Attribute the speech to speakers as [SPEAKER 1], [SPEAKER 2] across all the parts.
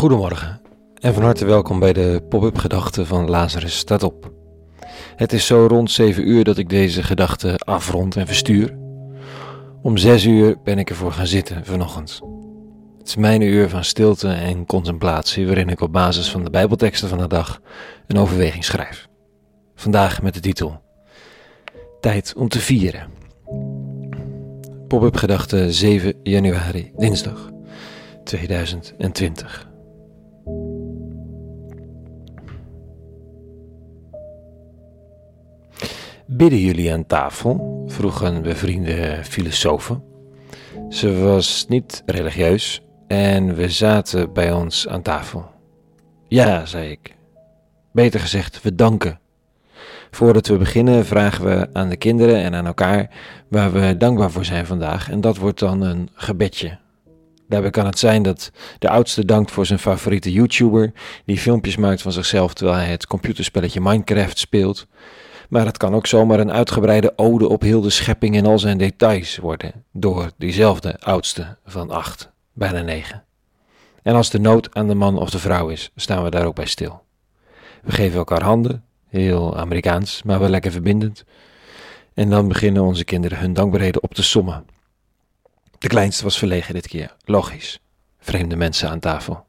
[SPEAKER 1] Goedemorgen en van harte welkom bij de pop-up gedachten van Lazarus staat op. Het is zo rond 7 uur dat ik deze gedachten afrond en verstuur. Om 6 uur ben ik ervoor gaan zitten vanochtend. Het is mijn uur van stilte en contemplatie waarin ik op basis van de Bijbelteksten van de dag een overweging schrijf. Vandaag met de titel Tijd om te vieren. Pop-up gedachten 7 januari, dinsdag 2020. Bidden jullie aan tafel? Vroeg een bevriende filosoof. Ze was niet religieus en we zaten bij ons aan tafel. Ja, zei ik. Beter gezegd, we danken. Voordat we beginnen vragen we aan de kinderen en aan elkaar waar we dankbaar voor zijn vandaag en dat wordt dan een gebedje. Daarbij kan het zijn dat de oudste dankt voor zijn favoriete YouTuber die filmpjes maakt van zichzelf terwijl hij het computerspelletje Minecraft speelt. Maar het kan ook zomaar een uitgebreide ode op heel de schepping en al zijn details worden door diezelfde oudste van 8, bijna 9. En als de nood aan de man of de vrouw is, staan we daar ook bij stil. We geven elkaar handen, heel Amerikaans, maar wel lekker verbindend. En dan beginnen onze kinderen hun dankbaarheden op te sommen. De kleinste was verlegen dit keer, logisch. Vreemde mensen aan tafel.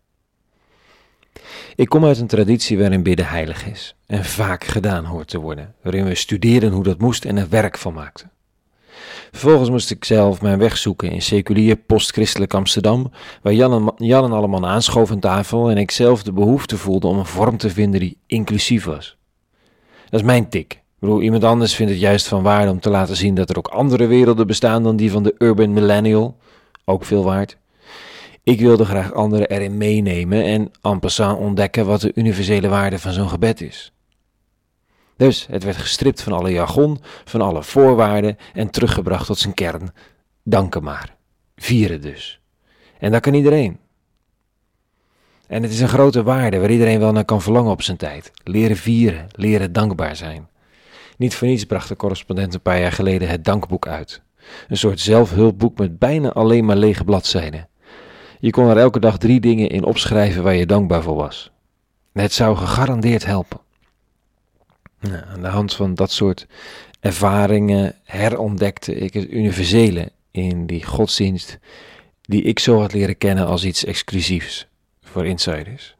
[SPEAKER 1] Ik kom uit een traditie waarin bidden heilig is en vaak gedaan hoort te worden, waarin we studeerden hoe dat moest en er werk van maakten. Vervolgens moest ik zelf mijn weg zoeken in seculier postchristelijk Amsterdam, waar Jan en allemaal aanschoven aan tafel en ik zelf de behoefte voelde om een vorm te vinden die inclusief was. Dat is mijn tik. Iemand anders vindt het juist van waarde om te laten zien dat er ook andere werelden bestaan dan die van de urban millennial, ook veel waard. Ik wilde graag anderen erin meenemen en en passant ontdekken wat de universele waarde van zo'n gebed is. Dus het werd gestript van alle jargon, van alle voorwaarden en teruggebracht tot zijn kern. Danken maar. Vieren dus. En dat kan iedereen. En het is een grote waarde waar iedereen wel naar kan verlangen op zijn tijd. Leren vieren, leren dankbaar zijn. Niet voor niets bracht de correspondent een paar jaar geleden het dankboek uit. Een soort zelfhulpboek met bijna alleen maar lege bladzijden. Je kon er elke dag 3 dingen in opschrijven waar je dankbaar voor was. Het zou gegarandeerd helpen. Nou, aan de hand van dat soort ervaringen herontdekte ik het universele in die godsdienst die ik zo had leren kennen als iets exclusiefs voor insiders.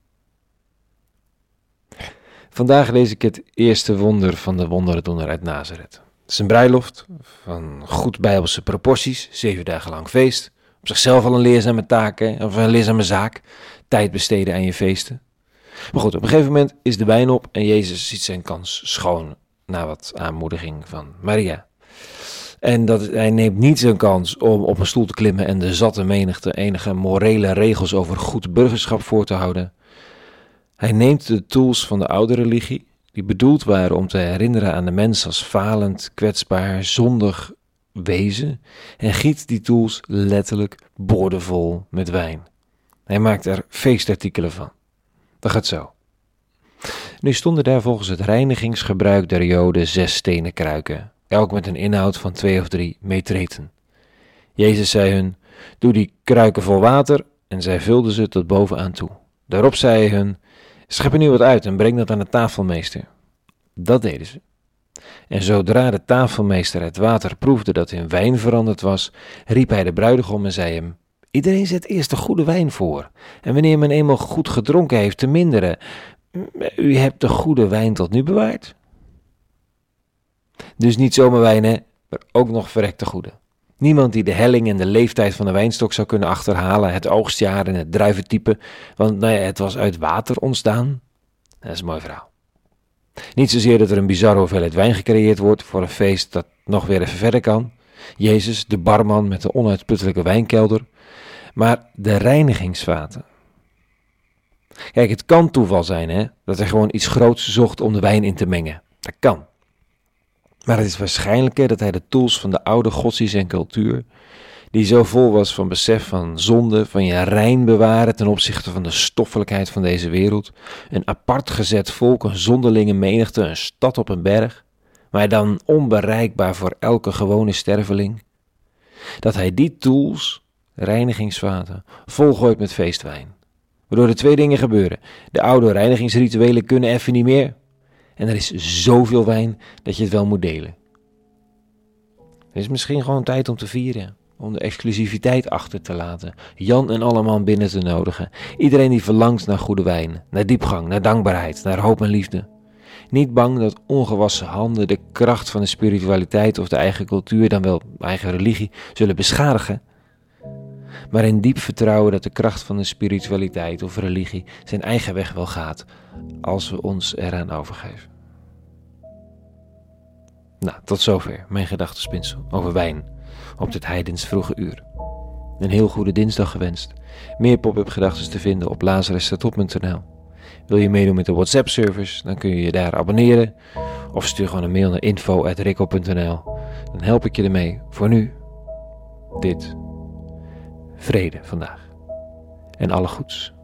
[SPEAKER 1] Vandaag lees ik het eerste wonder van de wonderendoener uit Nazareth. Het is een bruiloft van goed bijbelse proporties, 7 dagen lang feest. Op zichzelf al een leerzame taak, of een leerzame zaak. Tijd besteden aan je feesten. Maar goed, op een gegeven moment is de wijn op en Jezus ziet zijn kans schoon na wat aanmoediging van Maria. En hij neemt niet zijn kans om op een stoel te klimmen en de zatte menigte enige morele regels over goed burgerschap voor te houden. Hij neemt de tools van de oude religie, die bedoeld waren om te herinneren aan de mens als falend, kwetsbaar, zondig wezen, en giet die tools letterlijk boordevol met wijn. Hij maakt er feestartikelen van. Dat gaat zo. Nu stonden daar volgens het reinigingsgebruik der Joden 6 stenen kruiken, elk met een inhoud van 2 of 3 metreten. Jezus zei hun, doe die kruiken vol water, en zij vulden ze tot bovenaan toe. Daarop zei hij hun, schep er nu wat uit en breng dat aan de tafelmeester. Dat deden ze. En zodra de tafelmeester het water proefde dat in wijn veranderd was, riep hij de bruidegom en zei hem, iedereen zet eerst de goede wijn voor, en wanneer men eenmaal goed gedronken heeft te minderen, u hebt de goede wijn tot nu bewaard. Dus niet zomaar wijn, maar ook nog verrekte goede. Niemand die de helling en de leeftijd van de wijnstok zou kunnen achterhalen, het oogstjaar en het druiventype, want het was uit water ontstaan. Dat is een mooi verhaal. Niet zozeer dat er een bizarre hoeveelheid wijn gecreëerd wordt voor een feest dat nog weer even verder kan. Jezus, de barman met de onuitputtelijke wijnkelder. Maar de reinigingsvaten. Kijk, het kan toeval zijn dat hij gewoon iets groots zocht om de wijn in te mengen. Dat kan. Maar het is waarschijnlijker dat hij de tools van de oude godsdienst en cultuur, die zo vol was van besef van zonde, van je rein bewaren ten opzichte van de stoffelijkheid van deze wereld, een apart gezet volk, een zonderlinge menigte, een stad op een berg, maar dan onbereikbaar voor elke gewone sterveling, dat hij die tools, reinigingsvaten, volgooit met feestwijn. Waardoor er 2 dingen gebeuren. De oude reinigingsrituelen kunnen even niet meer. En er is zoveel wijn dat je het wel moet delen. Het is misschien gewoon tijd om te vieren. Om de exclusiviteit achter te laten. Jan en allemaal binnen te nodigen. Iedereen die verlangt naar goede wijn. Naar diepgang, naar dankbaarheid, naar hoop en liefde. Niet bang dat ongewassen handen de kracht van de spiritualiteit of de eigen cultuur, dan wel eigen religie, zullen beschadigen. Maar in diep vertrouwen dat de kracht van de spiritualiteit of religie zijn eigen weg wel gaat, als we ons eraan overgeven. Nou, tot zover mijn gedachtenspinsel over wijn op dit heidens vroege uur. Een heel goede dinsdag gewenst. Meer pop-up gedachten te vinden op lazarusstaat.nl. Wil je meedoen met de WhatsApp-service, dan kun je je daar abonneren. Of stuur gewoon een mail naar info@rikkel.nl. Dan help ik je ermee. Voor nu, dit. Vrede vandaag. En alle goeds.